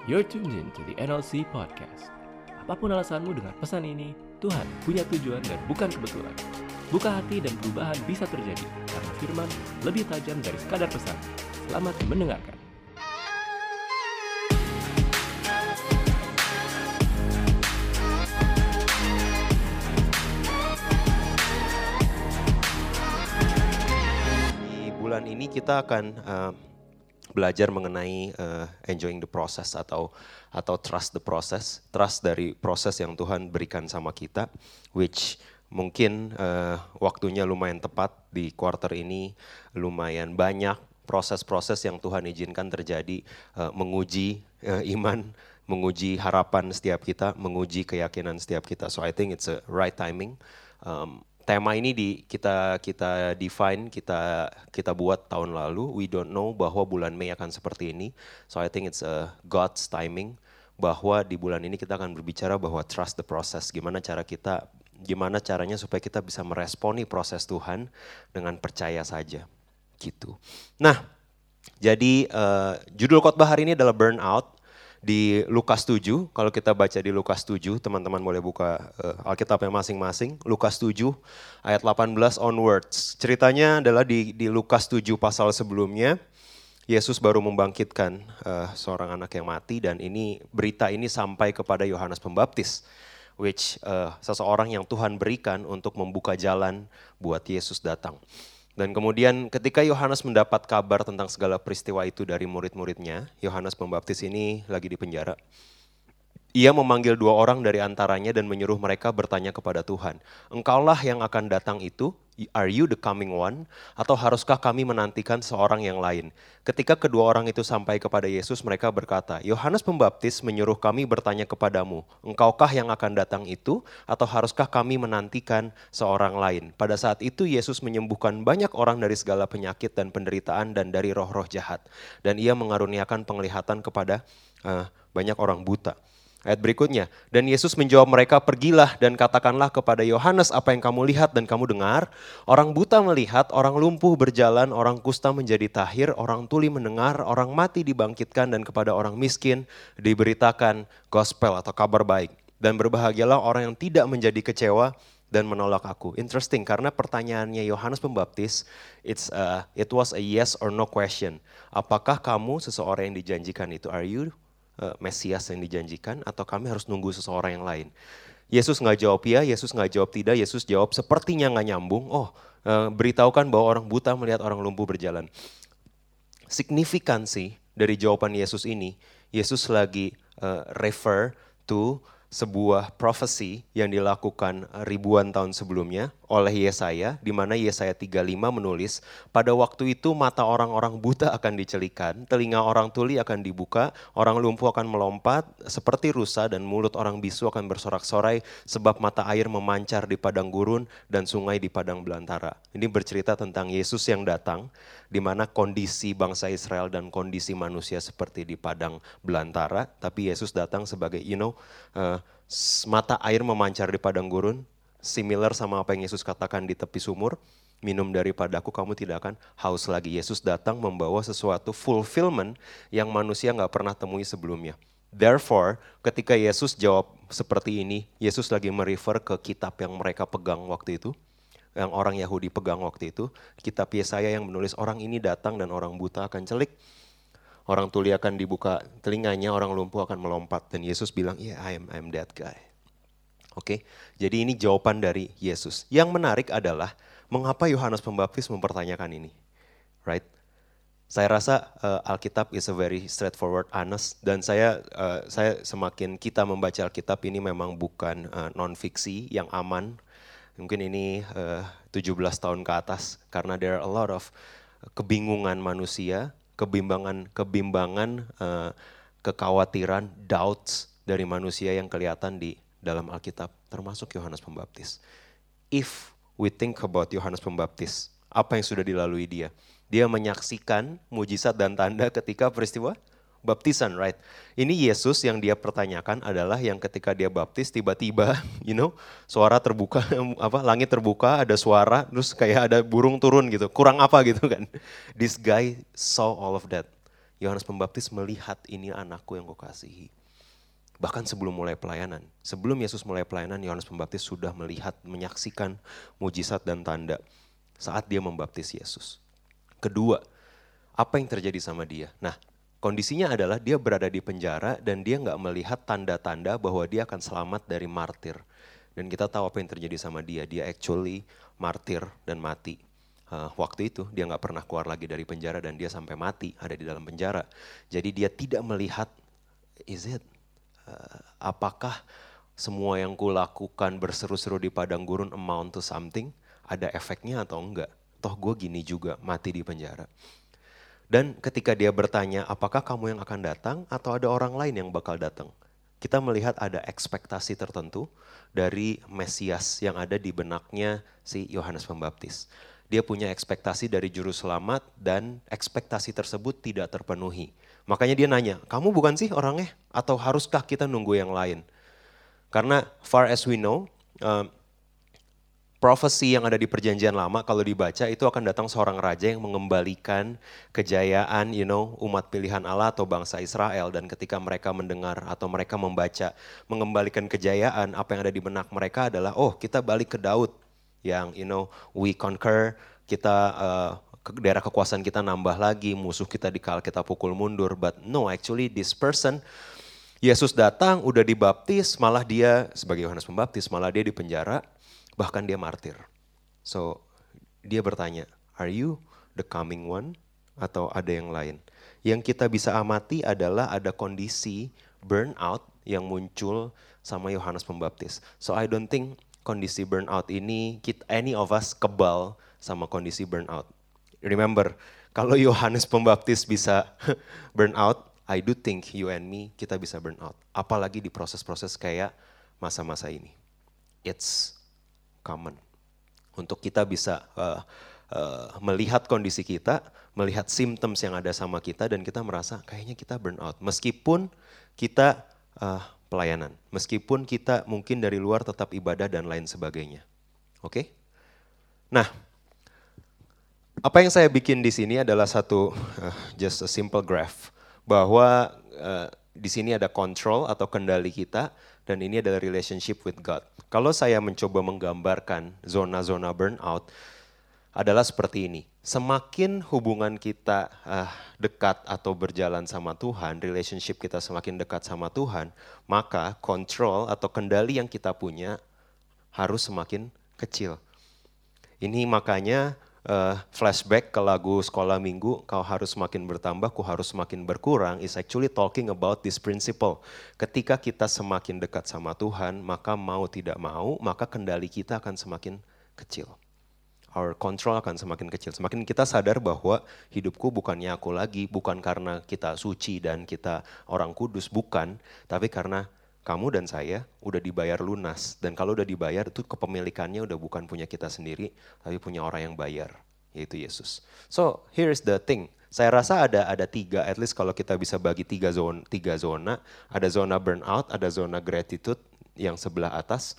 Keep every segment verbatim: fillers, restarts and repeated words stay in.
You're tuned in to the N L C Podcast. Apapun alasanmu dengan pesan ini, Tuhan punya tujuan dan bukan kebetulan. Buka hati dan perubahan bisa terjadi, karena firman lebih tajam dari sekadar pesan. Selamat mendengarkan. Di bulan ini kita akan uh, belajar mengenai uh, enjoying the process atau atau trust the process, trust dari proses yang Tuhan berikan sama kita, which mungkin uh, waktunya lumayan tepat di quarter ini, lumayan banyak proses-proses yang Tuhan izinkan terjadi, uh, menguji uh, iman, menguji harapan setiap kita, menguji keyakinan setiap kita. So I think it's a right timing. Um, Tema ini di, kita kita define, kita kita buat tahun lalu. We don't know bahwa bulan Mei akan seperti ini. So I think it's a God's timing bahwa di bulan ini kita akan berbicara bahwa trust the process. Gimana cara kita, gimana caranya supaya kita bisa meresponi proses Tuhan dengan percaya saja, gitu. Nah, jadi uh, judul khotbah hari ini adalah burnout. Di Lukas tujuh, kalau kita baca di Lukas tujuh, teman-teman boleh buka uh, Alkitabnya masing-masing. Lukas tujuh ayat delapan belas onwards. Ceritanya adalah di, di Lukas tujuh pasal sebelumnya, Yesus baru membangkitkan uh, seorang anak yang mati, dan ini berita ini sampai kepada Yohanes Pembaptis, which uh, seseorang yang Tuhan berikan untuk membuka jalan buat Yesus datang. Dan kemudian ketika Yohanes mendapat kabar tentang segala peristiwa itu dari murid-muridnya, Yohanes Pembaptis ini lagi di penjara. Ia memanggil dua orang dari antaranya dan menyuruh mereka bertanya kepada Tuhan, "Engkaulah yang akan datang itu? Are you the coming one? Atau haruskah kami menantikan seorang yang lain?" Ketika kedua orang itu sampai kepada Yesus, mereka berkata, "Yohanes Pembaptis menyuruh kami bertanya kepadamu, engkaukah yang akan datang itu? Atau haruskah kami menantikan seorang lain?" Pada saat itu Yesus menyembuhkan banyak orang dari segala penyakit dan penderitaan dan dari roh-roh jahat. Dan ia mengaruniakan penglihatan kepada uh, banyak orang buta. Ayat berikutnya, dan Yesus menjawab mereka, "Pergilah dan katakanlah kepada Yohanes apa yang kamu lihat dan kamu dengar. Orang buta melihat, orang lumpuh berjalan, orang kusta menjadi tahir, orang tuli mendengar, orang mati dibangkitkan, dan kepada orang miskin diberitakan gospel atau kabar baik. Dan berbahagialah orang yang tidak menjadi kecewa dan menolak aku." Interesting, karena pertanyaannya Yohanes Pembaptis, it's a, it was a yes or no question. Apakah kamu seseorang yang dijanjikan itu? Are you Mesias yang dijanjikan, atau kami harus nunggu seseorang yang lain? Yesus nggak jawab ya, Yesus nggak jawab tidak, Yesus jawab sepertinya nggak nyambung. Oh, uh, beritahukan bahwa orang buta melihat, orang lumpuh berjalan. Signifikansi dari jawaban Yesus ini, Yesus lagi uh, refer to sebuah prophecy yang dilakukan ribuan tahun sebelumnya oleh Yesaya, di mana Yesaya tiga puluh lima menulis, "Pada waktu itu mata orang-orang buta akan dicelikan, telinga orang tuli akan dibuka, orang lumpuh akan melompat seperti rusa, dan mulut orang bisu akan bersorak-sorai, sebab mata air memancar di padang gurun dan sungai di padang belantara." Ini bercerita tentang Yesus yang datang, di mana kondisi bangsa Israel dan kondisi manusia seperti di padang belantara, tapi Yesus datang sebagai, you know, uh, mata air memancar di padang gurun, similar sama apa yang Yesus katakan di tepi sumur, "Minum daripadaku kamu tidak akan haus lagi." Yesus datang membawa sesuatu fulfillment yang manusia gak pernah temui sebelumnya. Therefore, ketika Yesus jawab seperti ini, Yesus lagi merefer ke kitab yang mereka pegang waktu itu, yang orang Yahudi pegang waktu itu, kitab Yesaya yang menulis orang ini datang dan orang buta akan celik, orang tuli akan dibuka telinganya, orang lumpuh akan melompat. Dan Yesus bilang, "Yeah, I am, I am that guy." Oke, okay? Jadi ini jawaban dari Yesus. Yang menarik adalah mengapa Yohanes Pembaptis mempertanyakan ini, right? Saya rasa uh, Alkitab is a very straightforward, honest, dan saya uh, saya semakin kita membaca Alkitab ini memang bukan uh, non-fiksi yang aman. Mungkin ini uh, tujuh belas tahun ke atas, karena there are a lot of kebingungan manusia, kebimbangan, kebimbangan, uh, kekhawatiran, doubts dari manusia yang kelihatan di dalam Alkitab, termasuk Yohanes Pembaptis. If we think about Yohanes Pembaptis, apa yang sudah dilalui dia? Dia menyaksikan mujizat dan tanda ketika peristiwa baptisan, right? Ini Yesus yang dia pertanyakan adalah yang ketika dia baptis tiba-tiba, you know, suara terbuka, apa langit terbuka, ada suara, terus kayak ada burung turun gitu. Kurang apa gitu kan? This guy saw all of that. Yohanes Pembaptis melihat ini anakku yang kukasihi. Bahkan sebelum mulai pelayanan, sebelum Yesus mulai pelayanan, Yohanes Pembaptis sudah melihat, menyaksikan mujizat dan tanda saat dia membaptis Yesus. Kedua, apa yang terjadi sama dia? Nah, kondisinya adalah dia berada di penjara dan dia nggak melihat tanda-tanda bahwa dia akan selamat dari martir. Dan kita tahu apa yang terjadi sama dia, dia actually martir dan mati. Uh, waktu itu dia nggak pernah keluar lagi dari penjara dan dia sampai mati ada di dalam penjara. Jadi dia tidak melihat, is it? Uh, apakah semua yang kulakukan berseru-seru di padang gurun amount to something, ada efeknya atau enggak? Toh gue gini juga, mati di penjara. Dan ketika dia bertanya, apakah kamu yang akan datang atau ada orang lain yang bakal datang? Kita melihat ada ekspektasi tertentu dari Mesias yang ada di benaknya si Yohanes Pembaptis. Dia punya ekspektasi dari juru selamat dan ekspektasi tersebut tidak terpenuhi. Makanya dia nanya, kamu bukan sih orangnya? Atau haruskah kita nunggu yang lain? Karena far as we know, uh, profesi yang ada di perjanjian lama kalau dibaca itu akan datang seorang raja yang mengembalikan kejayaan you know, umat pilihan Allah atau bangsa Israel. Dan ketika mereka mendengar atau mereka membaca mengembalikan kejayaan, apa yang ada di benak mereka adalah, oh kita balik ke Daud yang you know, we conquer, kita uh, daerah kekuasaan kita nambah lagi, musuh kita dikal kita pukul mundur. But no, actually this person, Yesus datang udah dibaptis, malah dia sebagai Yohanes Pembaptis, malah dia di penjara, bahkan dia martir. So dia bertanya, are you the coming one atau ada yang lain? Yang kita bisa amati adalah ada kondisi burnout yang muncul sama Yohanes Pembaptis. So I don't think kondisi burnout ini, kita, any of us kebal sama kondisi burnout. Remember, kalau Yohanes Pembaptis bisa burnout, I do think you and me kita bisa burnout. Apalagi di proses-proses kayak masa-masa ini. It's common. Untuk kita bisa uh, uh, melihat kondisi kita, melihat symptoms yang ada sama kita dan kita merasa kayaknya kita burnout. Meskipun kita uh, pelayanan, meskipun kita mungkin dari luar tetap ibadah dan lain sebagainya. Oke? Okay? Nah, apa yang saya bikin di sini adalah satu uh, just a simple graph bahwa uh, di sini ada control atau kendali kita dan ini adalah relationship with God. Kalau saya mencoba menggambarkan zona-zona burnout adalah seperti ini. Semakin hubungan kita uh, dekat atau berjalan sama Tuhan, relationship kita semakin dekat sama Tuhan, maka control atau kendali yang kita punya harus semakin kecil. Ini makanya uh, flashback ke lagu Sekolah Minggu, kau harus semakin bertambah, ku harus semakin berkurang, is actually talking about this principle. Ketika kita semakin dekat sama Tuhan, maka mau tidak mau, maka kendali kita akan semakin kecil. Our control akan semakin kecil. Semakin kita sadar bahwa hidupku bukannya aku lagi, bukan karena kita suci dan kita orang kudus, bukan. Tapi karena kamu dan saya udah dibayar lunas. Dan kalau udah dibayar itu kepemilikannya udah bukan punya kita sendiri, tapi punya orang yang bayar, yaitu Yesus. So here's the thing. Saya rasa ada ada tiga, at least kalau kita bisa bagi tiga zona, tiga zona. Ada zona burnout, ada zona gratitude yang sebelah atas.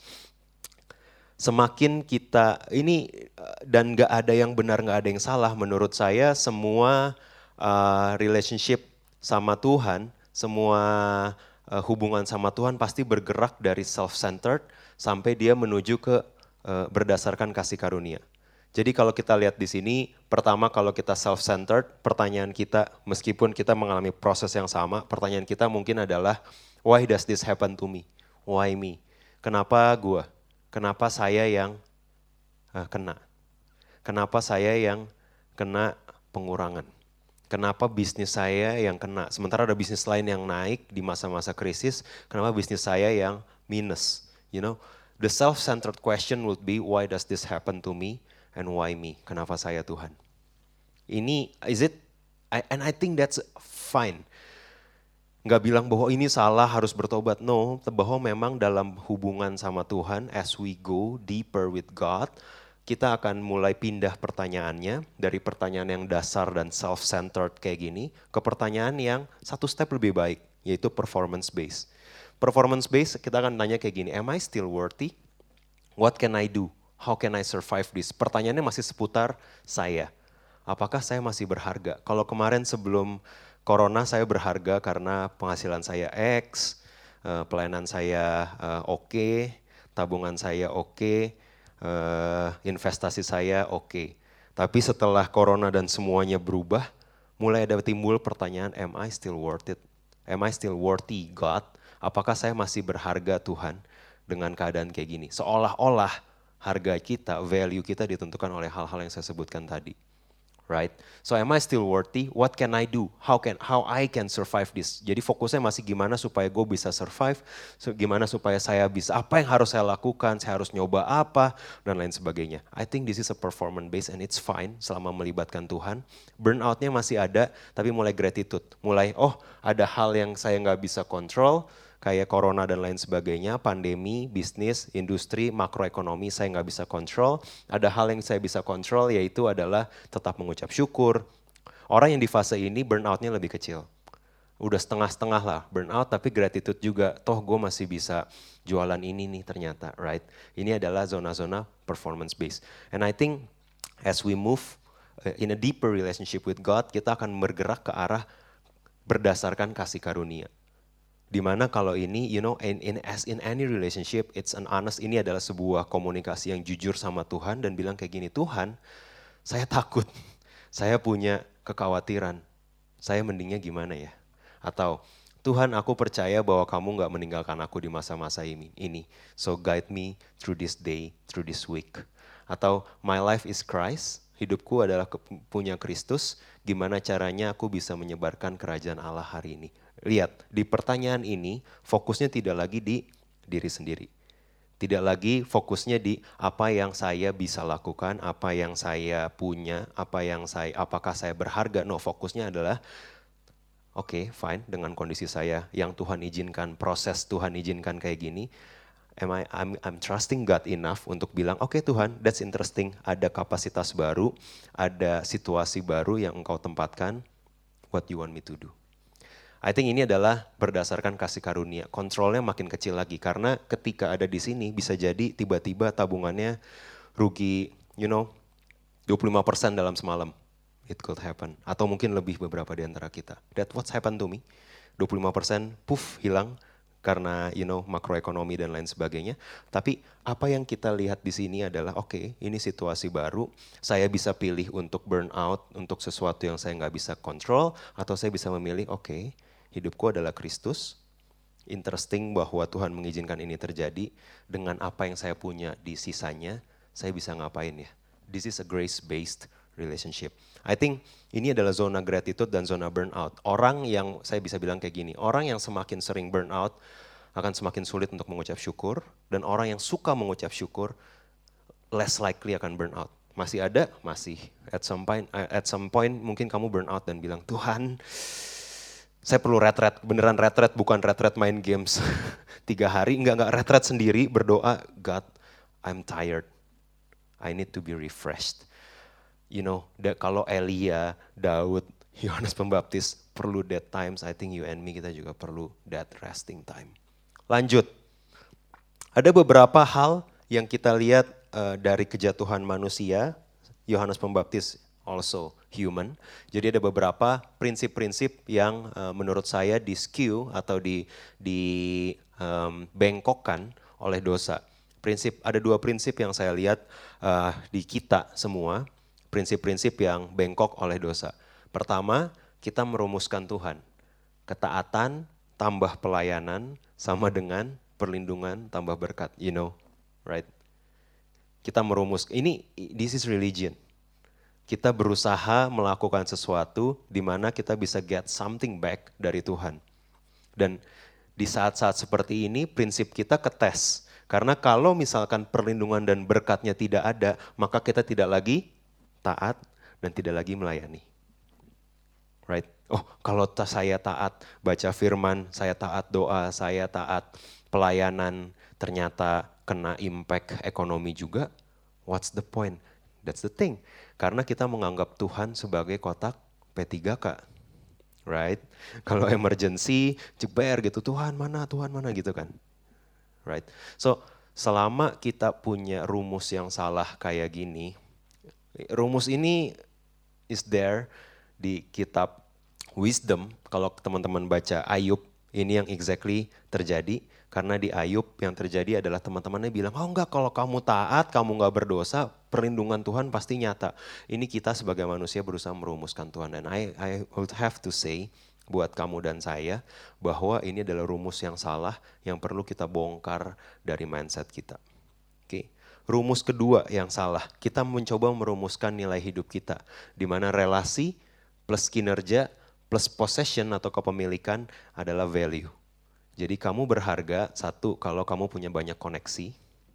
Semakin kita ini dan gak ada yang benar, gak ada yang salah. Menurut saya semua uh, relationship sama Tuhan, semua uh, hubungan sama Tuhan pasti bergerak dari self-centered sampai dia menuju ke uh, berdasarkan kasih karunia. Jadi kalau kita lihat di sini, pertama kalau kita self-centered, pertanyaan kita meskipun kita mengalami proses yang sama, pertanyaan kita mungkin adalah, why does this happen to me? Why me? Kenapa gua? Kenapa saya yang uh, kena? Kenapa saya yang kena pengurangan? Kenapa bisnis saya yang kena? Sementara ada bisnis lain yang naik di masa-masa krisis, kenapa bisnis saya yang minus? You know, the self-centered question would be, why does this happen to me and why me? Kenapa saya Tuhan? Ini, is it? I, and I think that's fine. Nggak bilang bahwa ini salah harus bertobat, no, bahwa memang dalam hubungan sama Tuhan, as we go deeper with God, kita akan mulai pindah pertanyaannya dari pertanyaan yang dasar dan self-centered kayak gini ke pertanyaan yang satu step lebih baik, yaitu performance based. Performance based kita akan tanya kayak gini, am I still worthy? What can I do? How can I survive this? Pertanyaannya masih seputar saya. Apakah saya masih berharga? Kalau kemarin sebelum corona saya berharga karena penghasilan saya X, uh, pelayanan saya uh, oke, okay, tabungan saya oke, okay, uh, investasi saya oke. Okay. Tapi setelah corona dan semuanya berubah, mulai ada timbul pertanyaan, am I still worth it? Am I still worthy God? Apakah saya masih berharga Tuhan dengan keadaan kayak gini? Seolah-olah harga kita, value kita ditentukan oleh hal-hal yang saya sebutkan tadi. Right? So am I still worthy? What can I do? How can how I can survive this? Jadi fokusnya masih gimana supaya gue bisa survive, so, gimana supaya saya bisa, apa yang harus saya lakukan, saya harus nyoba apa, dan lain sebagainya. I think this is a performance based and it's fine selama melibatkan Tuhan. Burnoutnya masih ada, tapi mulai gratitude. Mulai, oh ada hal yang saya nggak bisa kontrol, kayak corona dan lain sebagainya, pandemi, bisnis, industri, makroekonomi saya nggak bisa kontrol. Ada hal yang saya bisa kontrol yaitu adalah tetap mengucap syukur. Orang yang di fase ini burnout-nya lebih kecil. Udah setengah-setengah lah burnout, tapi gratitude juga, toh gue masih bisa jualan ini nih ternyata, right? Ini adalah zona-zona performance based. And I think as we move in a deeper relationship with God, kita akan bergerak ke arah berdasarkan kasih karunia. Dimana kalau ini, you know, in, in as in any relationship, it's an honest, ini adalah sebuah komunikasi yang jujur sama Tuhan dan bilang kayak gini, Tuhan, saya takut, saya punya kekhawatiran, saya mendingnya gimana ya? Atau, Tuhan aku percaya bahwa kamu gak meninggalkan aku di masa-masa ini, ini, so guide me through this day, through this week. Atau, my life is Christ, hidupku adalah punya Kristus, gimana caranya aku bisa menyebarkan kerajaan Allah hari ini. Lihat, di pertanyaan ini fokusnya tidak lagi di diri sendiri. Tidak lagi fokusnya di apa yang saya bisa lakukan, apa yang saya punya, apa yang saya, apakah saya berharga. No, fokusnya adalah, oke, okay, fine, dengan kondisi saya yang Tuhan izinkan, proses Tuhan izinkan kayak gini. Am I, I'm, I'm trusting God enough untuk bilang, oke okay, Tuhan, that's interesting. Ada kapasitas baru, ada situasi baru yang Engkau tempatkan. What you want me to do? I think ini adalah berdasarkan kasih karunia. Kontrolnya makin kecil lagi karena ketika ada di sini bisa jadi tiba-tiba tabungannya rugi, you know, dua puluh lima persen dalam semalam. It could happen. Atau mungkin lebih beberapa di antara kita. That's what's happened to me. dua puluh lima persen puff hilang karena you know makroekonomi dan lain sebagainya. Tapi apa yang kita lihat di sini adalah oke, okay, ini situasi baru. Saya bisa pilih untuk burn out untuk sesuatu yang saya nggak bisa kontrol, atau saya bisa memilih oke, okay, hidupku adalah Kristus. Interesting bahwa Tuhan mengizinkan ini terjadi. Dengan apa yang saya punya di sisanya, saya bisa ngapain ya? This is a grace-based relationship. I think ini adalah zona gratitude dan zona burnout. Orang yang, saya bisa bilang kayak gini, orang yang semakin sering burnout akan semakin sulit untuk mengucap syukur. Dan orang yang suka mengucap syukur, less likely akan burnout. Masih ada? Masih. At some point, at some point mungkin kamu burnout dan bilang, Tuhan, saya perlu retret, beneran retret, bukan retret main games. Tiga hari, enggak, enggak retret sendiri, berdoa, God, I'm tired. I need to be refreshed. You know, da, kalau Elia, Daud, Yohanes Pembaptis perlu that times, I think you and me kita juga perlu that resting time. Lanjut, ada beberapa hal yang kita lihat uh, dari kejatuhan manusia, Yohanes Pembaptis also human. Jadi ada beberapa prinsip-prinsip yang uh, menurut saya di skew atau di di um, bengkokkan oleh dosa. Prinsip, ada dua prinsip yang saya lihat uh, di kita semua, prinsip-prinsip yang bengkok oleh dosa. Pertama, kita merumuskan Tuhan. Ketaatan tambah pelayanan sama dengan perlindungan tambah berkat, you know, right? Kita merumus, ini this is religion. Kita berusaha melakukan sesuatu di mana kita bisa get something back dari Tuhan. Dan di saat-saat seperti ini prinsip kita ketes. Karena kalau misalkan perlindungan dan berkatnya tidak ada, maka kita tidak lagi taat dan tidak lagi melayani. Right? Oh, kalau saya taat baca firman, saya taat doa, saya taat pelayanan, ternyata kena impact ekonomi juga, what's the point? That's the thing. Karena kita menganggap Tuhan sebagai kotak P tiga K. Right? Kalau emergency, jeber gitu, Tuhan mana, Tuhan mana gitu kan. Right? So, selama kita punya rumus yang salah kayak gini, rumus ini is there di kitab wisdom, kalau teman-teman baca Ayub, ini yang exactly terjadi. Karena di Ayub yang terjadi adalah teman-temannya bilang, oh enggak, kalau kamu taat, kamu enggak berdosa, perlindungan Tuhan pasti nyata. Ini kita sebagai manusia berusaha merumuskan Tuhan. Dan I, I would have to say, buat kamu dan saya, bahwa ini adalah rumus yang salah, yang perlu kita bongkar dari mindset kita. Oke. Okay. Rumus kedua yang salah, kita mencoba merumuskan nilai hidup kita. Di mana relasi plus kinerja plus possession atau kepemilikan adalah value. Jadi kamu berharga, satu, kalau kamu punya banyak koneksi.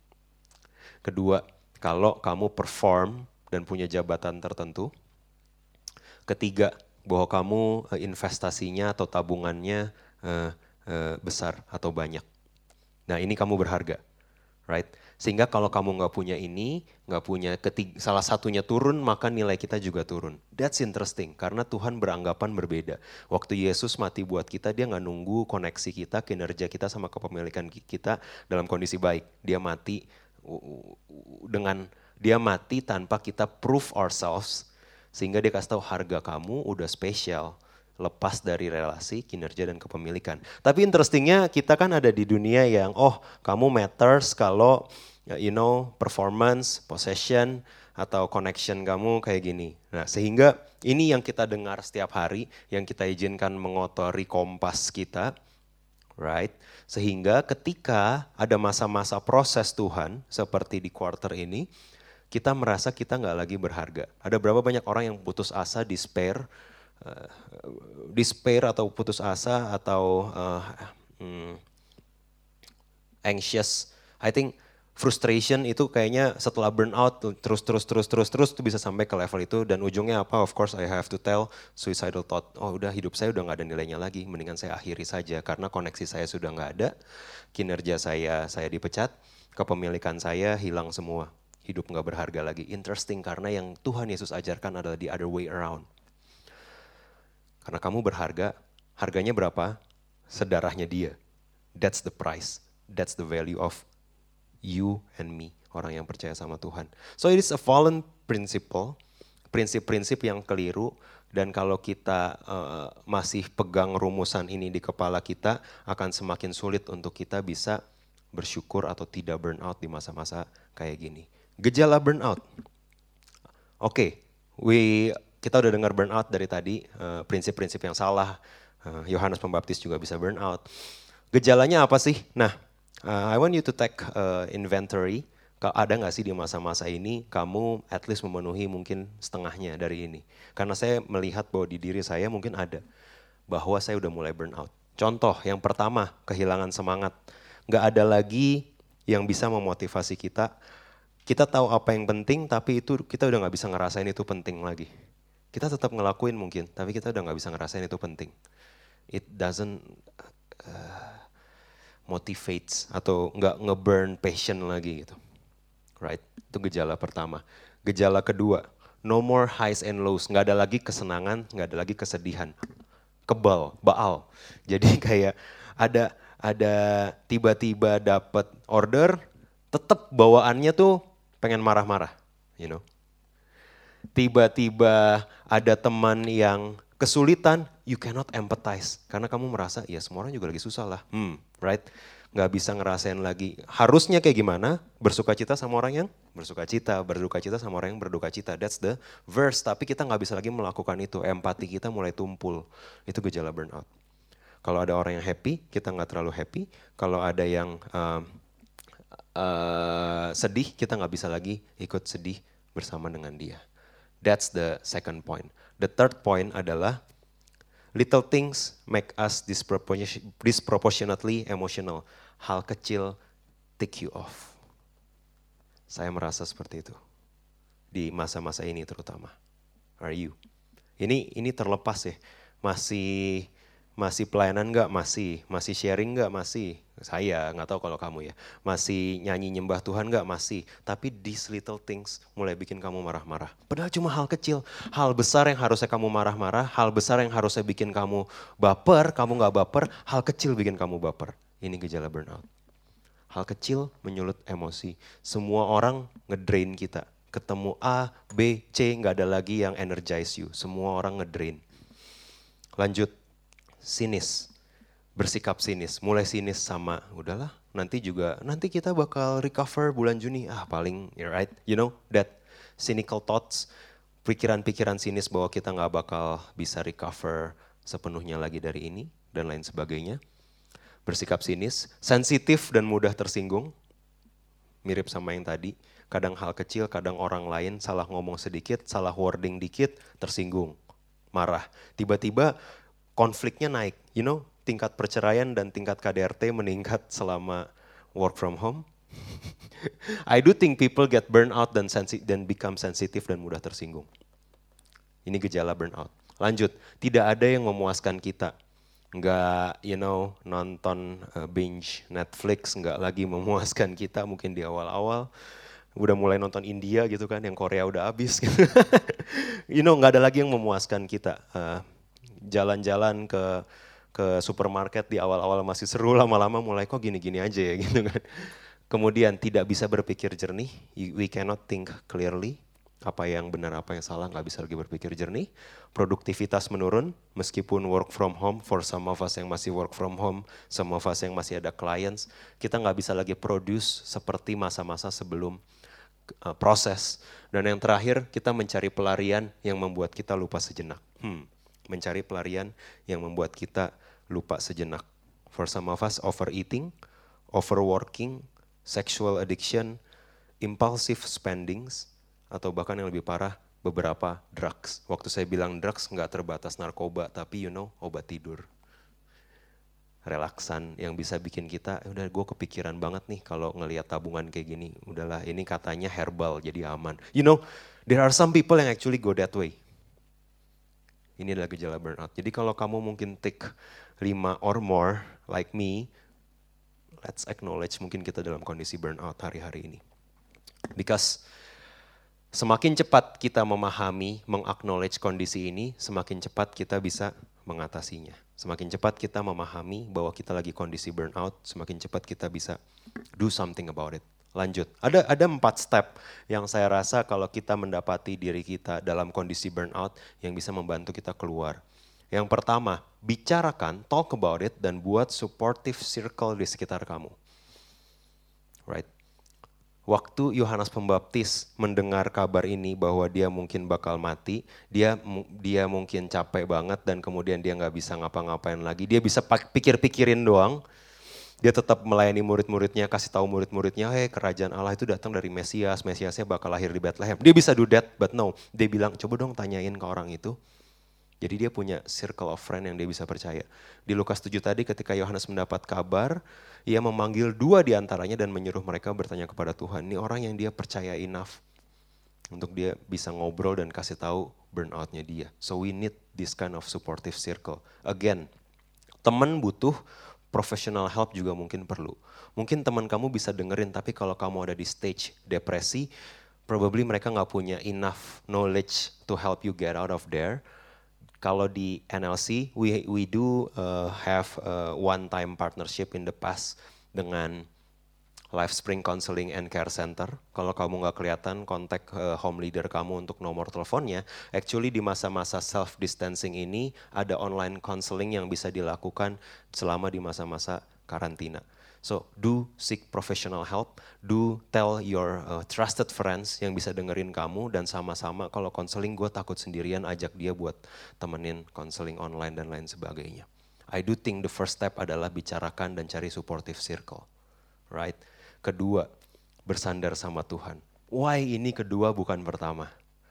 Kedua, kalau kamu perform dan punya jabatan tertentu. Ketiga, bahwa kamu investasinya atau tabungannya uh, uh, besar atau banyak. Nah ini kamu berharga, right? Sehingga kalau kamu nggak punya ini, nggak punya ketiga, salah satunya turun, maka nilai kita juga turun. That's interesting, karena Tuhan beranggapan berbeda. Waktu Yesus mati buat kita, dia nggak nunggu koneksi kita, kinerja kita sama kepemilikan kita dalam kondisi baik. Dia mati dengan dia mati tanpa kita prove ourselves, sehingga dia kasih tahu harga kamu udah spesial. Lepas dari relasi, kinerja, dan kepemilikan. Tapi interestingnya kita kan ada di dunia yang, oh kamu matters kalau you know performance, possession, atau connection kamu kayak gini. Nah sehingga ini yang kita dengar setiap hari, yang kita izinkan mengotori kompas kita, right? Sehingga ketika ada masa-masa proses Tuhan, seperti di quarter ini, kita merasa kita nggak lagi berharga. Ada berapa banyak orang yang putus asa, despair, Uh, despair atau putus asa atau uh, hmm, anxious. I think frustration itu kayaknya setelah burnout terus terus terus terus terus itu bisa sampai ke level itu, dan ujungnya apa? Of course I have to tell, suicidal thought. Oh udah, hidup saya udah nggak ada nilainya lagi, mendingan saya akhiri saja karena koneksi saya sudah nggak ada, kinerja saya saya dipecat, kepemilikan saya hilang semua, hidup nggak berharga lagi. Interesting, karena yang Tuhan Yesus ajarkan adalah the other way around. Karena kamu berharga, harganya berapa? Sedarahnya dia. That's the price. That's the value of you and me, orang yang percaya sama Tuhan. So it is a fallen principle, prinsip-prinsip yang keliru, dan kalau kita uh, masih pegang rumusan ini di kepala kita, akan semakin sulit untuk kita bisa bersyukur atau tidak burnout di masa-masa kayak gini. Gejala burnout. Oke, okay, we... Kita udah dengar burnout dari tadi, uh, prinsip-prinsip yang salah, uh, Yohanes Pembaptis juga bisa burnout. Gejalanya apa sih? Nah, uh, I want you to take uh, inventory, ada gak sih di masa-masa ini kamu at least memenuhi mungkin setengahnya dari ini. Karena saya melihat bahwa di diri saya mungkin ada, bahwa saya udah mulai burnout. Contoh, yang pertama, kehilangan semangat. Gak ada lagi yang bisa memotivasi kita. Kita tahu apa yang penting, tapi itu kita udah gak bisa ngerasain itu penting lagi. Kita tetap ngelakuin mungkin, tapi kita udah gak bisa ngerasain itu penting. It doesn't uh, motivates atau gak nge-burn passion lagi gitu. Right? Itu gejala pertama. Gejala kedua, no more highs and lows. Gak ada lagi kesenangan, gak ada lagi kesedihan. Kebal, baal. Jadi kayak ada ada tiba-tiba dapat order, tetap bawaannya tuh pengen marah-marah, you know. Tiba-tiba ada teman yang kesulitan, you cannot empathize. Karena kamu merasa, ya semua orang juga lagi susah lah. Hmm, right? Gak bisa ngerasain lagi. Harusnya kayak gimana? Bersuka cita sama orang yang bersuka cita. Berduka cita sama orang yang berduka cita. That's the verse. Tapi kita gak bisa lagi melakukan itu. Empati kita mulai tumpul. Itu gejala burnout. Kalau ada orang yang happy, kita gak terlalu happy. Kalau ada yang uh, uh, sedih, kita gak bisa lagi ikut sedih bersama dengan dia. That's the second point. The third point adalah little things make us disproportionately emotional. Hal kecil tick you off. Saya merasa seperti itu di masa-masa ini terutama. Are you? Ini ini terlepas ya. Masih masih pelayanan nggak? Masih. Masih sharing nggak? Masih. Saya nggak tahu kalau kamu ya. Masih nyanyi nyembah Tuhan nggak? Masih. Tapi these little things mulai bikin kamu marah-marah. Padahal cuma hal kecil. Hal besar yang harusnya kamu marah-marah. Hal besar yang harusnya bikin kamu baper. Kamu nggak baper. Hal kecil bikin kamu baper. Ini gejala burnout. Hal kecil menyulut emosi. Semua orang ngedrain kita. Ketemu A, B, C, nggak ada lagi yang energize you. Semua orang ngedrain. Lanjut, sinis. Bersikap sinis, mulai sinis sama, udahlah nanti juga, nanti kita bakal recover bulan Juni. Ah paling, you're right, you know that cynical thoughts, pikiran-pikiran sinis bahwa kita gak bakal bisa recover sepenuhnya lagi dari ini, dan lain sebagainya. Bersikap sinis, sensitif dan mudah tersinggung, mirip sama yang tadi. Kadang hal kecil, kadang orang lain salah ngomong sedikit, salah wording dikit, tersinggung, marah. Tiba-tiba konfliknya naik, you know, tingkat perceraian dan tingkat K D R T meningkat selama work from home. I do think people get burnout dan sensi- dan become sensitif dan mudah tersinggung. Ini gejala burnout. Lanjut, tidak ada yang memuaskan kita. Enggak, you know, nonton uh, binge Netflix, enggak lagi memuaskan kita mungkin di awal-awal. Udah mulai nonton India gitu kan, yang Korea udah habis. Gitu. You know, enggak ada lagi yang memuaskan kita. Uh, jalan-jalan ke ke supermarket di awal-awal masih seru, lama-lama mulai kok gini-gini aja ya gitu kan. Kemudian tidak bisa berpikir jernih, we cannot think clearly, apa yang benar apa yang salah, nggak bisa lagi berpikir jernih. Produktivitas menurun meskipun work from home, for some of us yang masih work from home, some of us yang masih ada clients, kita nggak bisa lagi produce seperti masa-masa sebelum uh, proses. Dan yang terakhir kita mencari pelarian yang membuat kita lupa sejenak. Hmm. Mencari pelarian yang membuat kita lupa sejenak. For some of us, overeating, overworking, sexual addiction, impulsive spendings, atau bahkan yang lebih parah, beberapa drugs. Waktu saya bilang drugs nggak terbatas narkoba, tapi you know, obat tidur. Relaksan yang bisa bikin kita, udah gue kepikiran banget nih kalau ngelihat tabungan kayak gini. Udahlah ini katanya herbal jadi aman. You know, there are some people yang actually go that way. Ini adalah gejala burnout. Jadi kalau kamu mungkin take lima or more like me, let's acknowledge mungkin kita dalam kondisi burnout hari-hari ini. Because semakin cepat kita memahami, meng-acknowledge kondisi ini, semakin cepat kita bisa mengatasinya. Semakin cepat kita memahami bahwa kita lagi kondisi burnout, semakin cepat kita bisa do something about it. Lanjut, ada ada empat step yang saya rasa kalau kita mendapati diri kita dalam kondisi burnout yang bisa membantu kita keluar. Yang pertama, bicarakan, talk about it, dan buat supportive circle di sekitar kamu. Right? Waktu Yohanes Pembaptis mendengar kabar ini bahwa dia mungkin bakal mati, dia dia mungkin capek banget dan kemudian dia nggak bisa ngapa-ngapain lagi, dia bisa pikir-pikirin doang. Dia tetap melayani murid-muridnya, kasih tahu murid-muridnya, hey kerajaan Allah itu datang dari Mesias, Mesiasnya bakal lahir di Bethlehem. Dia bisa do that, but no. Dia bilang, coba dong tanyain ke orang itu. Jadi dia punya circle of friend yang dia bisa percaya. Di Lukas tujuh tadi ketika Yohanes mendapat kabar, ia memanggil dua di antaranya dan menyuruh mereka bertanya kepada Tuhan. Ini orang yang dia percaya enough untuk dia bisa ngobrol dan kasih tahu burnout-nya dia. So we need this kind of supportive circle. Again, teman butuh, professional help juga mungkin perlu. Mungkin teman kamu bisa dengerin, tapi kalau kamu ada di stage depresi, probably mereka nggak punya enough knowledge to help you get out of there. Kalau di N L C, we we do uh, have a one-time partnership in the past dengan Life Spring Counseling and Care Center. Kalau kamu nggak kelihatan, kontak uh, home leader kamu untuk nomor teleponnya. Actually di masa-masa self-distancing ini ada online counseling yang bisa dilakukan selama di masa-masa karantina. So do seek professional help, do tell your uh, trusted friends yang bisa dengerin kamu dan sama-sama kalau counseling gue takut sendirian, ajak dia buat temenin counseling online dan lain sebagainya. I do think the first step adalah bicarakan dan cari supportive circle, right? Kedua, bersandar sama Tuhan. Why ini kedua bukan pertama?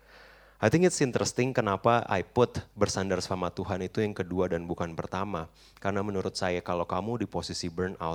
I think it's interesting kenapa I put bersandar sama Tuhan itu yang kedua dan bukan pertama. Karena menurut saya kalau kamu di posisi burnout,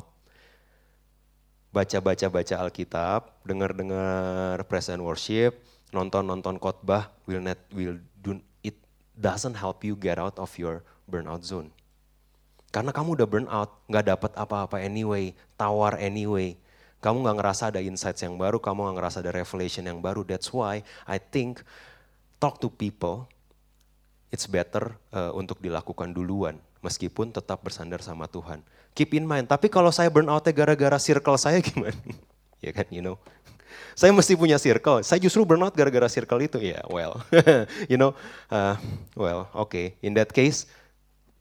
baca-baca-baca Alkitab, dengar-dengar praise and worship, nonton-nonton khotbah, will not will do it doesn't help you get out of your burnout zone. Karena kamu udah burnout, nggak dapat apa-apa anyway, tawar anyway. Kamu gak ngerasa ada insights yang baru, kamu gak ngerasa ada revelation yang baru. That's why I think talk to people, it's better uh, untuk dilakukan duluan. Meskipun tetap bersandar sama Tuhan. Keep in mind, tapi kalau saya burn out-nya gara-gara circle saya gimana? Ya kan, you know. Saya mesti punya circle, saya justru burn out gara-gara circle itu. Ya, yeah, well, you know, uh, well, oke. Okay. In that case,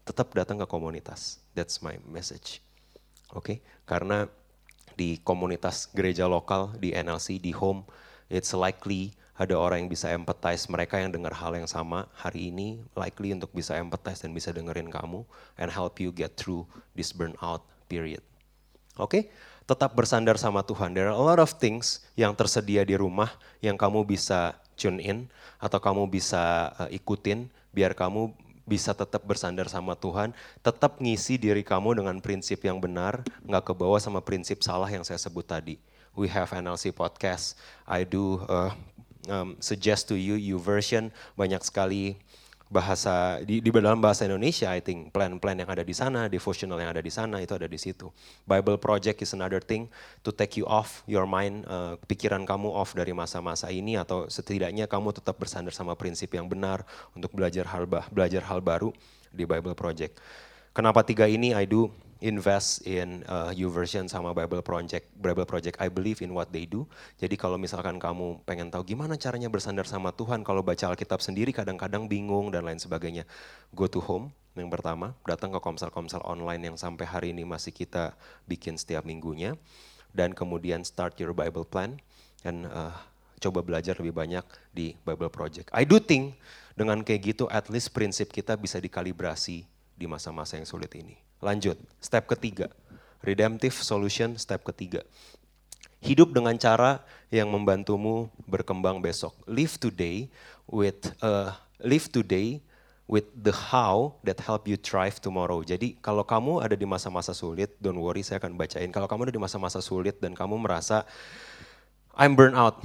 tetap datang ke komunitas. That's my message. Oke, okay? Karena di komunitas gereja lokal, di N L C, di home, it's likely ada orang yang bisa empathize, mereka yang dengar hal yang sama hari ini, likely untuk bisa empathize dan bisa dengerin kamu, and help you get through this burnout period. Oke, okay? Tetap bersandar sama Tuhan. There are a lot of things yang tersedia di rumah yang kamu bisa tune in, atau kamu bisa uh, ikutin, biar kamu bisa tetap bersandar sama Tuhan, tetap ngisi diri kamu dengan prinsip yang benar, nggak kebawa sama prinsip salah yang saya sebut tadi. We have N L C podcast. I do uh, um, suggest to you, YouVersion, banyak sekali bahasa di, di dalam bahasa Indonesia. I think plan-plan yang ada di sana, devotional yang ada di sana itu ada di situ. Bible Project is another thing to take you off your mind, uh, pikiran kamu off dari masa-masa ini, atau setidaknya kamu tetap bersandar sama prinsip yang benar untuk belajar hal bah, belajar hal baru di Bible Project. Kenapa tiga ini? I do invest in uh, YouVersion sama Bible Project. Bible Project, I believe in what they do. Jadi kalau misalkan kamu pengen tahu gimana caranya bersandar sama Tuhan, kalau baca Alkitab sendiri kadang-kadang bingung dan lain sebagainya, go to home yang pertama, datang ke komsel-komsel online yang sampai hari ini masih kita bikin setiap minggunya, dan kemudian start your Bible plan, dan uh, coba belajar lebih banyak di Bible Project. I do think dengan kayak gitu at least prinsip kita bisa dikalibrasi di masa-masa yang sulit ini. Lanjut, step ketiga, redemptive solution, step ketiga. Hidup dengan cara yang membantumu berkembang besok. Live today with uh, live today with the how that help you thrive tomorrow. Jadi kalau kamu ada di masa-masa sulit, don't worry, saya akan bacain. Kalau kamu ada di masa-masa sulit dan kamu merasa I'm burnt out,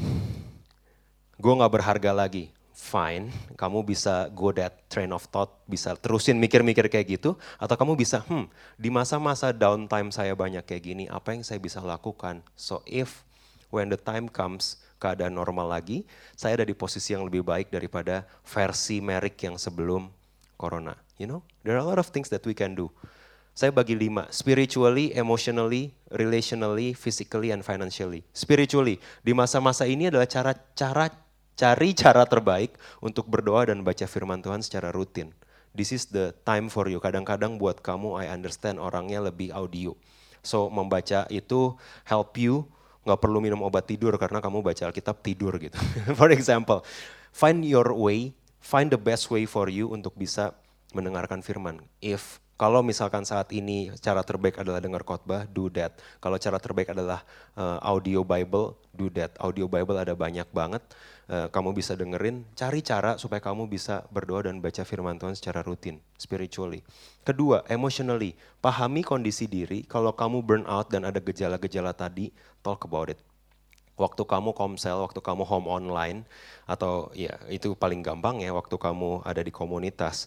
gue gak berharga lagi. Fine, kamu bisa go that train of thought, bisa terusin mikir-mikir kayak gitu, atau kamu bisa, hmm, di masa-masa downtime saya banyak kayak gini, apa yang saya bisa lakukan? So if when the time comes, keadaan normal lagi, saya ada di posisi yang lebih baik daripada versi Merrick yang sebelum Corona. You know, there are a lot of things that we can do. Saya bagi lima, spiritually, emotionally, relationally, physically, and financially. Spiritually, di masa-masa ini adalah cara-cara Cari cara terbaik untuk berdoa dan baca firman Tuhan secara rutin. This is the time for you. Kadang-kadang buat kamu, I understand orangnya lebih audio. So membaca itu help you, gak perlu minum obat tidur karena kamu baca Alkitab tidur gitu. For example, find your way, find the best way for you untuk bisa mendengarkan firman. If kalau misalkan saat ini cara terbaik adalah dengar khotbah, do that. Kalau cara terbaik adalah uh, audio Bible, do that. Audio Bible ada banyak banget. Uh, kamu bisa dengerin, cari cara supaya kamu bisa berdoa dan baca firman Tuhan secara rutin, spiritually. Kedua, emotionally, pahami kondisi diri. Kalau kamu burn out dan ada gejala-gejala tadi, talk about it. Waktu kamu komsel, waktu kamu home online, atau ya itu paling gampang ya, waktu kamu ada di komunitas,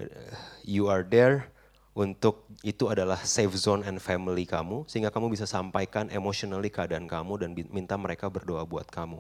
you are there untuk itu adalah safe zone and family kamu, sehingga kamu bisa sampaikan emotionally keadaan kamu dan minta mereka berdoa buat kamu.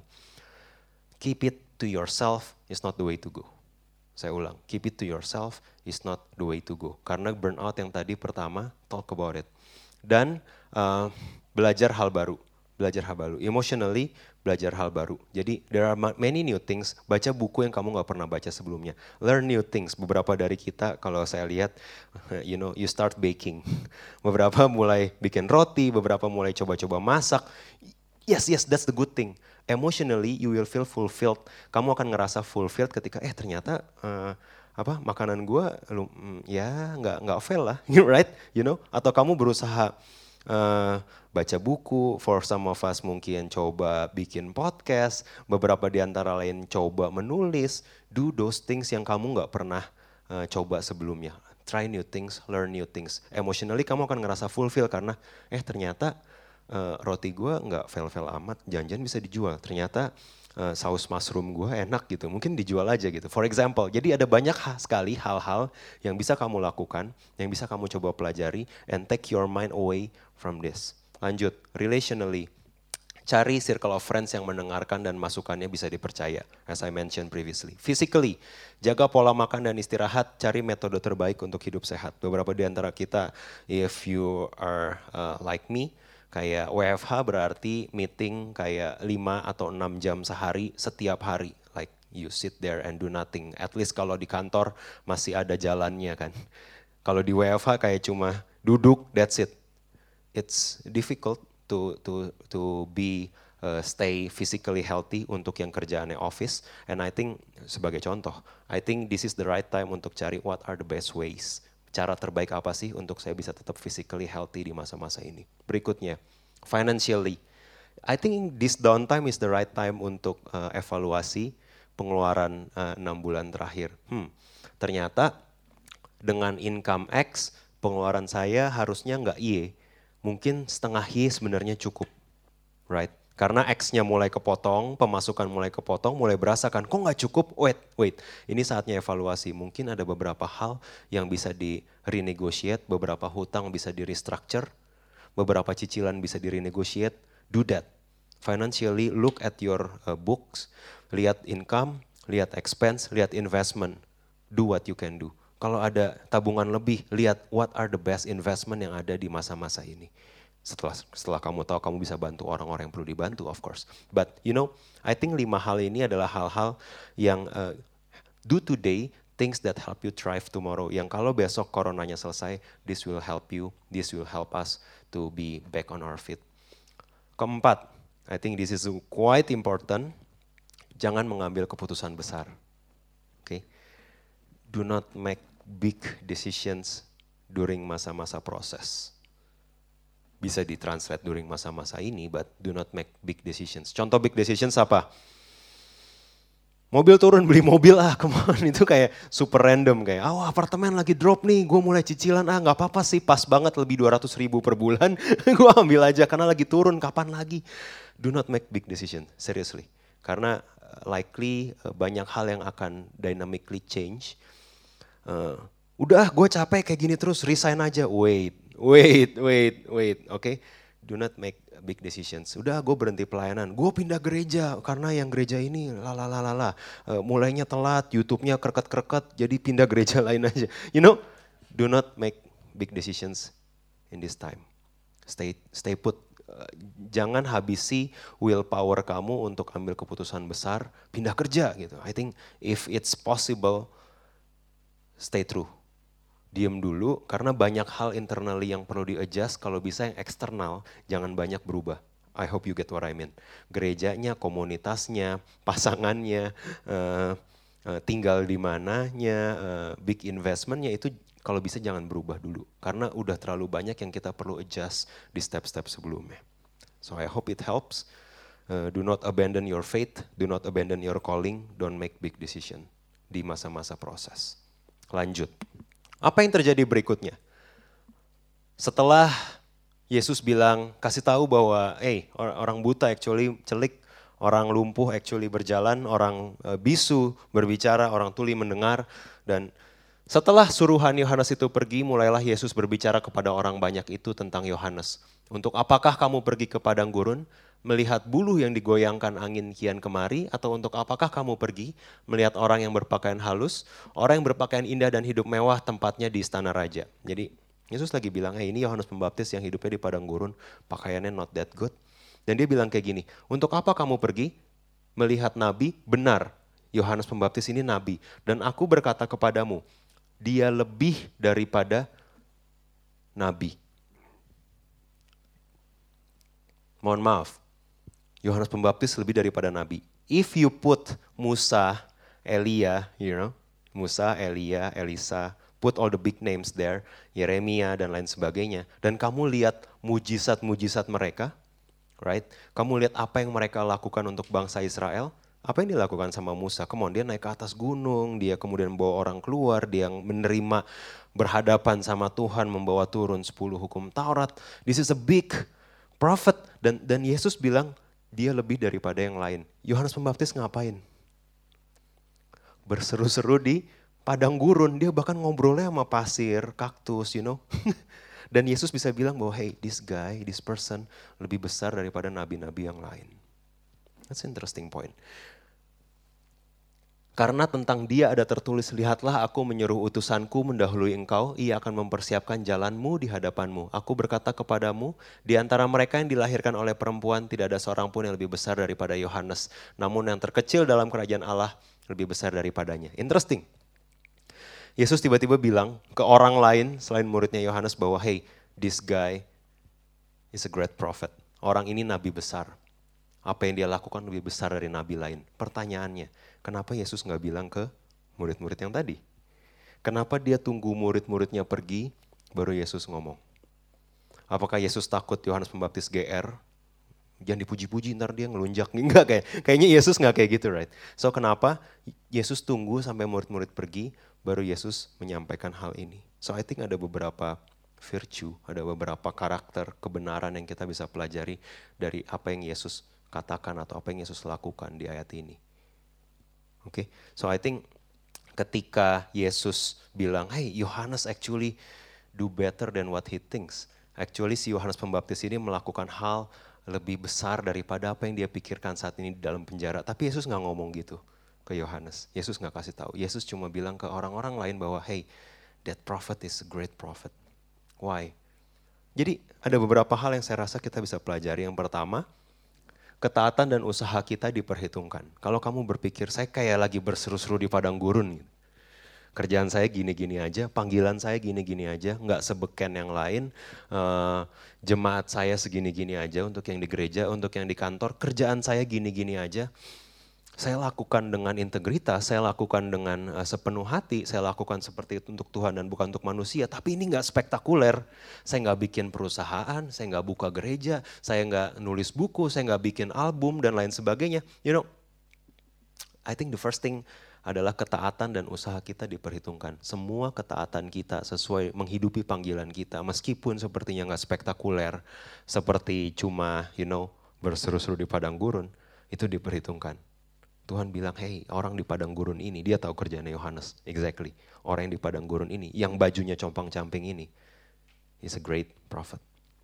Keep it to yourself is not the way to go. Saya ulang, keep it to yourself is not the way to go. Karena burnout yang tadi pertama, talk about it. Dan uh, belajar hal baru. Belajar hal baru. Emotionally, belajar hal baru. Jadi there are many new things. Baca buku yang kamu gak pernah baca sebelumnya. Learn new things. Beberapa dari kita, kalau saya lihat, you know, you start baking. Beberapa mulai bikin roti, beberapa mulai coba-coba masak. Yes, yes, that's the good thing. Emotionally, you will feel fulfilled. Kamu akan ngerasa fulfilled ketika, eh ternyata uh, apa makanan gue, mm, ya nggak nggak fail lah, right? You know? Atau kamu berusaha uh, baca buku. For some of us mungkin coba bikin podcast. Beberapa di antara lain coba menulis. Do those things yang kamu nggak pernah uh, coba sebelumnya. Try new things, learn new things. Emotionally kamu akan ngerasa fulfill karena, eh ternyata Uh, roti gue nggak fail-fail amat, jangan-jangan bisa dijual. Ternyata uh, saus mushroom gue enak gitu, mungkin dijual aja gitu. For example, jadi ada banyak ha- sekali hal-hal yang bisa kamu lakukan, yang bisa kamu coba pelajari, and take your mind away from this. Lanjut, relationally. Cari circle of friends yang mendengarkan dan masukannya bisa dipercaya, as I mentioned previously. Physically, jaga pola makan dan istirahat, cari metode terbaik untuk hidup sehat. Beberapa di antara kita, if you are uh, like me, kayak W F H berarti meeting kayak lima atau enam jam sehari setiap hari. Like you sit there and do nothing. At least kalau di kantor masih ada jalannya kan. Kalau di W F H kayak cuma duduk, that's it. It's difficult to to to be uh, stay physically healthy untuk yang kerjaannya office. And I think sebagai contoh, I think this is the right time untuk cari what are the best ways. Cara terbaik apa sih untuk saya bisa tetap physically healthy di masa-masa ini. Berikutnya, financially. I think this downtime is the right time untuk uh, evaluasi pengeluaran uh, enam bulan terakhir. Hmm, ternyata dengan income X, pengeluaran saya harusnya nggak Y. Mungkin setengah Y sebenarnya cukup, right? Karena X-nya mulai kepotong, pemasukan mulai kepotong, mulai berasa kan, kok nggak cukup? Wait, wait, ini saatnya evaluasi. Mungkin ada beberapa hal yang bisa di renegotiate, beberapa hutang bisa di restructure, beberapa cicilan bisa di renegotiate. Do that. Financially, look at your uh, books, lihat income, lihat expense, lihat investment. Do what you can do. Kalau ada tabungan lebih, lihat what are the best investment yang ada di masa-masa ini. Setelah setelah kamu tahu, kamu bisa bantu orang-orang yang perlu dibantu, of course. But you know, I think lima hal ini adalah hal-hal yang uh, do today things that help you thrive tomorrow. Yang kalau besok coronanya selesai, this will help you, this will help us to be back on our feet. Keempat, I think this is quite important. Jangan mengambil keputusan besar. Okay? Do not make big decisions during masa-masa proses. Bisa ditranslate during masa-masa ini, but do not make big decisions. Contoh big decisions apa? Mobil turun, beli mobil, ah come on, itu kayak super random. Kayak, oh apartemen lagi drop nih, gue mulai cicilan, ah gak apa-apa sih, pas banget lebih dua ratus ribu per bulan, gue ambil aja karena lagi turun, kapan lagi? Do not make big decision, seriously. Karena likely banyak hal yang akan dynamically change. Uh, udah gue capek kayak gini terus, resign aja, wait, wait, wait, wait, oke. Okay? Do not make big decisions. Udah gue berhenti pelayanan, gue pindah gereja karena yang gereja ini lalalala. Uh, mulainya telat, YouTube-nya kreket-kreket, jadi pindah gereja lain aja. You know, do not make big decisions in this time. Stay, stay put. Uh, jangan habisi willpower kamu untuk ambil keputusan besar, pindah kerja gitu. I think if it's possible, stay true. Diam dulu karena banyak hal internally yang perlu di-adjust. Kalau bisa yang eksternal jangan banyak berubah. I hope you get what I mean. Gerejanya, komunitasnya, pasangannya, uh, uh, tinggal di mananya, uh, big investmentnya itu kalau bisa jangan berubah dulu. Karena udah terlalu banyak yang kita perlu adjust di step-step sebelumnya. So I hope it helps. Uh, do not abandon your faith, do not abandon your calling, don't make big decision di masa-masa proses. Lanjut. Apa yang terjadi berikutnya? Setelah Yesus bilang, kasih tahu bahwa, eh hey, orang buta actually celik, orang lumpuh actually berjalan, orang uh, bisu berbicara, orang tuli mendengar. Dan setelah suruhan Yohanes itu pergi, mulailah Yesus berbicara kepada orang banyak itu tentang Yohanes. Untuk apakah kamu pergi ke padang gurun? Melihat buluh yang digoyangkan angin kian kemari, atau untuk apakah kamu pergi melihat orang yang berpakaian halus, orang yang berpakaian indah dan hidup mewah tempatnya di istana raja. Jadi Yesus lagi bilang, eh ini Yohanes Pembaptis yang hidupnya di padang gurun, pakaiannya not that good. Dan dia bilang kayak gini, untuk apa kamu pergi melihat nabi? Benar, Yohanes Pembaptis ini nabi. Dan aku berkata kepadamu, dia lebih daripada nabi. Mohon maaf. Yohanes Pembaptis lebih daripada nabi. If you put Musa, Elia, you know, Musa, Elia, Elisa, put all the big names there, Yeremia dan lain sebagainya, dan kamu lihat mujizat-mujizat mereka, right? Kamu lihat apa yang mereka lakukan untuk bangsa Israel, apa yang dilakukan sama Musa? Kemudian dia naik ke atas gunung, dia kemudian bawa orang keluar, dia menerima berhadapan sama Tuhan, membawa turun sepuluh hukum Taurat. This is a big prophet, dan dan Yesus bilang, dia lebih daripada yang lain. Yohanes Pembaptis ngapain? Berseru-seru di padang gurun. Dia bahkan ngobrolnya sama pasir, kaktus, you know. Dan Yesus bisa bilang bahwa, hey, this guy, this person lebih besar daripada nabi-nabi yang lain. That's an interesting point. Karena tentang dia ada tertulis, lihatlah aku menyuruh utusanku mendahului engkau, ia akan mempersiapkan jalanmu di hadapanmu. Aku berkata kepadamu, di antara mereka yang dilahirkan oleh perempuan tidak ada seorang pun yang lebih besar daripada Yohanes. Namun yang terkecil dalam kerajaan Allah lebih besar daripadanya. Interesting. Yesus tiba-tiba bilang ke orang lain selain muridnya Yohanes bahwa hey, this guy is a great prophet. Orang ini nabi besar. Apa yang dia lakukan lebih besar dari nabi lain. Pertanyaannya, kenapa Yesus gak bilang ke murid-murid yang tadi? Kenapa dia tunggu murid-muridnya pergi, baru Yesus ngomong? Apakah Yesus takut Yohanes Pembaptis G R? Jangan dipuji-puji, ntar dia ngelunjak. Enggak, kayak, kayaknya Yesus gak kayak gitu, right? So kenapa Yesus tunggu sampai murid-murid pergi, baru Yesus menyampaikan hal ini. So I think ada beberapa virtue, ada beberapa karakter, kebenaran yang kita bisa pelajari dari apa yang Yesus katakan atau apa yang Yesus lakukan di ayat ini. Oke, okay? So I think ketika Yesus bilang, hey, Yohanes actually do better than what he thinks. Actually si Yohanes Pembaptis ini melakukan hal lebih besar daripada apa yang dia pikirkan saat ini di dalam penjara. Tapi Yesus gak ngomong gitu ke Yohanes. Yesus gak kasih tahu. Yesus cuma bilang ke orang-orang lain bahwa, hey, that prophet is a great prophet. Why? Jadi ada beberapa hal yang saya rasa kita bisa pelajari. Yang pertama, ketaatan dan usaha kita diperhitungkan. Kalau kamu berpikir, saya kayak lagi berseru-seru di padang gurun. Gitu. Kerjaan saya gini-gini aja, panggilan saya gini-gini aja, nggak sebeken yang lain. Uh, jemaat saya segini-gini aja untuk yang di gereja, untuk yang di kantor. Kerjaan saya gini-gini aja. Saya lakukan dengan integritas, saya lakukan dengan uh, sepenuh hati, saya lakukan seperti itu untuk Tuhan dan bukan untuk manusia. Tapi ini gak spektakuler, saya gak bikin perusahaan, saya gak buka gereja, saya gak nulis buku, saya gak bikin album dan lain sebagainya. You know, I think the first thing adalah ketaatan dan usaha kita diperhitungkan. Semua ketaatan kita sesuai menghidupi panggilan kita, meskipun sepertinya gak spektakuler, seperti cuma you know berseru-seru di padang gurun, itu diperhitungkan. Tuhan bilang, hey, orang di padang gurun ini, dia tahu kerjaannya Yohanes, exactly. Orang yang di padang gurun ini, yang bajunya compang-camping ini, is a great prophet.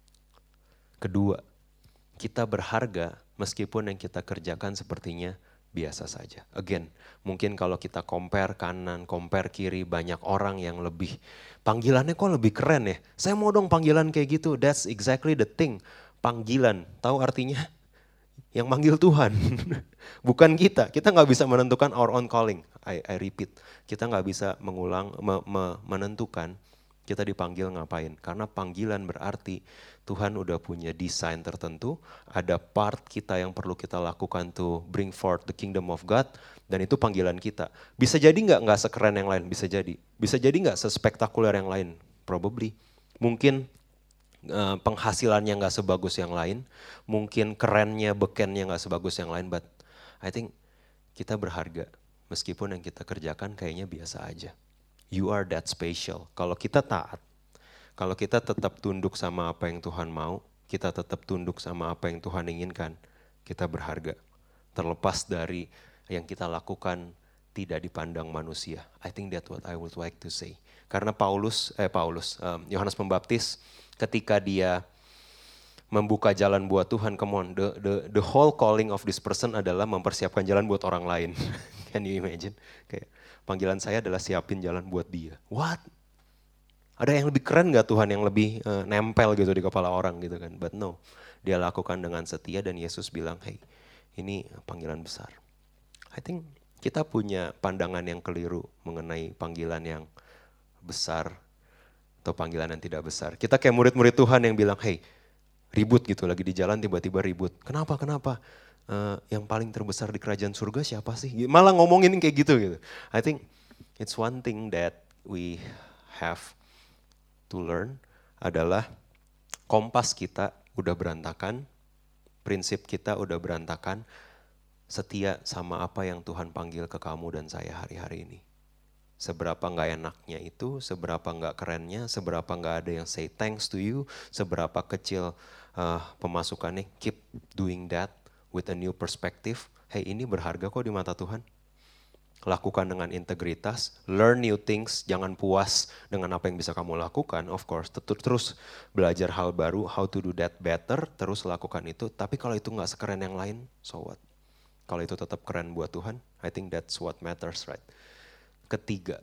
Kedua, kita berharga meskipun yang kita kerjakan sepertinya biasa saja. Again, mungkin kalau kita compare kanan, compare kiri, banyak orang yang lebih, panggilannya kok lebih keren ya. Saya mau dong panggilan kayak gitu, that's exactly the thing. Panggilan, tahu artinya? Yang manggil Tuhan, bukan kita. Kita nggak bisa menentukan our own calling. I, I repeat, kita nggak bisa mengulang, me, me, menentukan kita dipanggil ngapain. Karena panggilan berarti Tuhan udah punya desain tertentu, ada part kita yang perlu kita lakukan to bring forth the kingdom of God, dan itu panggilan kita. Bisa jadi nggak nggak sekeren yang lain, bisa jadi. Bisa jadi nggak sespektakuler yang lain, probably. Mungkin Uh, penghasilannya nggak sebagus yang lain, mungkin kerennya, bekennya nggak sebagus yang lain, but I think kita berharga meskipun yang kita kerjakan kayaknya biasa aja. You are that special. Kalau kita taat, kalau kita tetap tunduk sama apa yang Tuhan mau, kita tetap tunduk sama apa yang Tuhan inginkan, kita berharga. Terlepas dari yang kita lakukan tidak dipandang manusia. I think that's what I would like to say. Karena Paulus, eh Paulus, um, Yohanes Pembaptis, ketika dia membuka jalan buat Tuhan, come on, the, the, the whole calling of this person adalah mempersiapkan jalan buat orang lain. Can you imagine? Kayak panggilan saya adalah siapin jalan buat dia. What? Ada yang lebih keren gak Tuhan, yang lebih uh, nempel gitu di kepala orang gitu kan? But no, dia lakukan dengan setia dan Yesus bilang, hey, ini panggilan besar. I think kita punya pandangan yang keliru mengenai panggilan yang besar atau panggilan yang tidak besar. Kita kayak murid-murid Tuhan yang bilang, hey, ribut gitu, lagi di jalan tiba-tiba ribut. Kenapa, kenapa? Uh, yang paling terbesar di kerajaan surga siapa sih? Malah ngomongin kayak gitu gitu. I think it's one thing that we have to learn adalah kompas kita udah berantakan, prinsip kita udah berantakan, setia sama apa yang Tuhan panggil ke kamu dan saya hari-hari ini. Seberapa gak enaknya itu, seberapa gak kerennya, seberapa gak ada yang say thanks to you, seberapa kecil uh, pemasukannya, keep doing that with a new perspective. Hey, ini berharga kok di mata Tuhan. Lakukan dengan integritas, learn new things, jangan puas dengan apa yang bisa kamu lakukan, of course. Terus belajar hal baru, how to do that better, terus lakukan itu. Tapi kalau itu gak sekeren yang lain, so what? Kalau itu tetap keren buat Tuhan, I think that's what matters, right? Ketiga,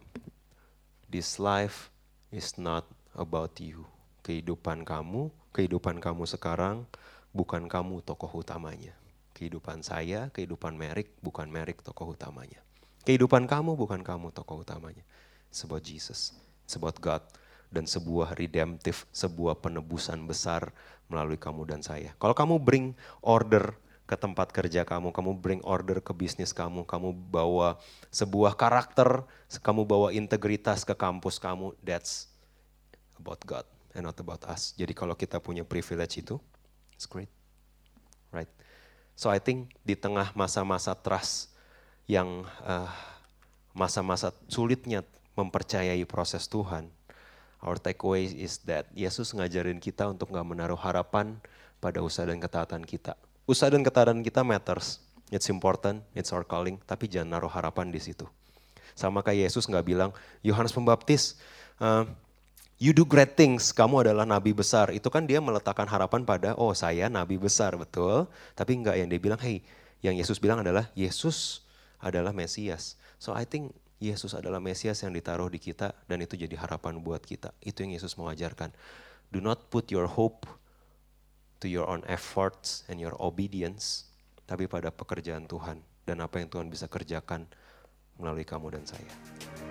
this life is not about you. Kehidupan kamu, kehidupan kamu sekarang, bukan kamu tokoh utamanya. Kehidupan saya, kehidupan Merik, bukan Merik tokoh utamanya. Kehidupan kamu, bukan kamu tokoh utamanya. It's about Jesus. It's about God. Dan sebuah redemptive, sebuah penebusan besar melalui kamu dan saya. Kalau kamu bring order ke tempat kerja kamu, kamu bring order ke bisnis kamu, kamu bawa sebuah karakter, kamu bawa integritas ke kampus kamu, that's about God and not about us. Jadi kalau kita punya privilege itu, it's great. Right? So I think di tengah masa-masa trust yang uh, masa-masa sulitnya mempercayai proses Tuhan, our takeaway is that Yesus ngajarin kita untuk gak menaruh harapan pada usaha dan ketaatan kita. Usaha dan ketaatan kita matters, it's important, it's our calling, tapi jangan naruh harapan di situ. Sama kayak Yesus gak bilang, Yohanes Pembaptis, uh, you do great things, kamu adalah nabi besar. Itu kan dia meletakkan harapan pada, oh saya nabi besar, betul. Tapi enggak, yang dia bilang, hey, yang Yesus bilang adalah, Yesus adalah Mesias. So I think Yesus adalah Mesias yang ditaruh di kita dan itu jadi harapan buat kita. Itu yang Yesus mengajarkan. Do not put your hope to your own efforts and your obedience, tapi pada pekerjaan Tuhan dan apa yang Tuhan bisa kerjakan melalui kamu dan saya.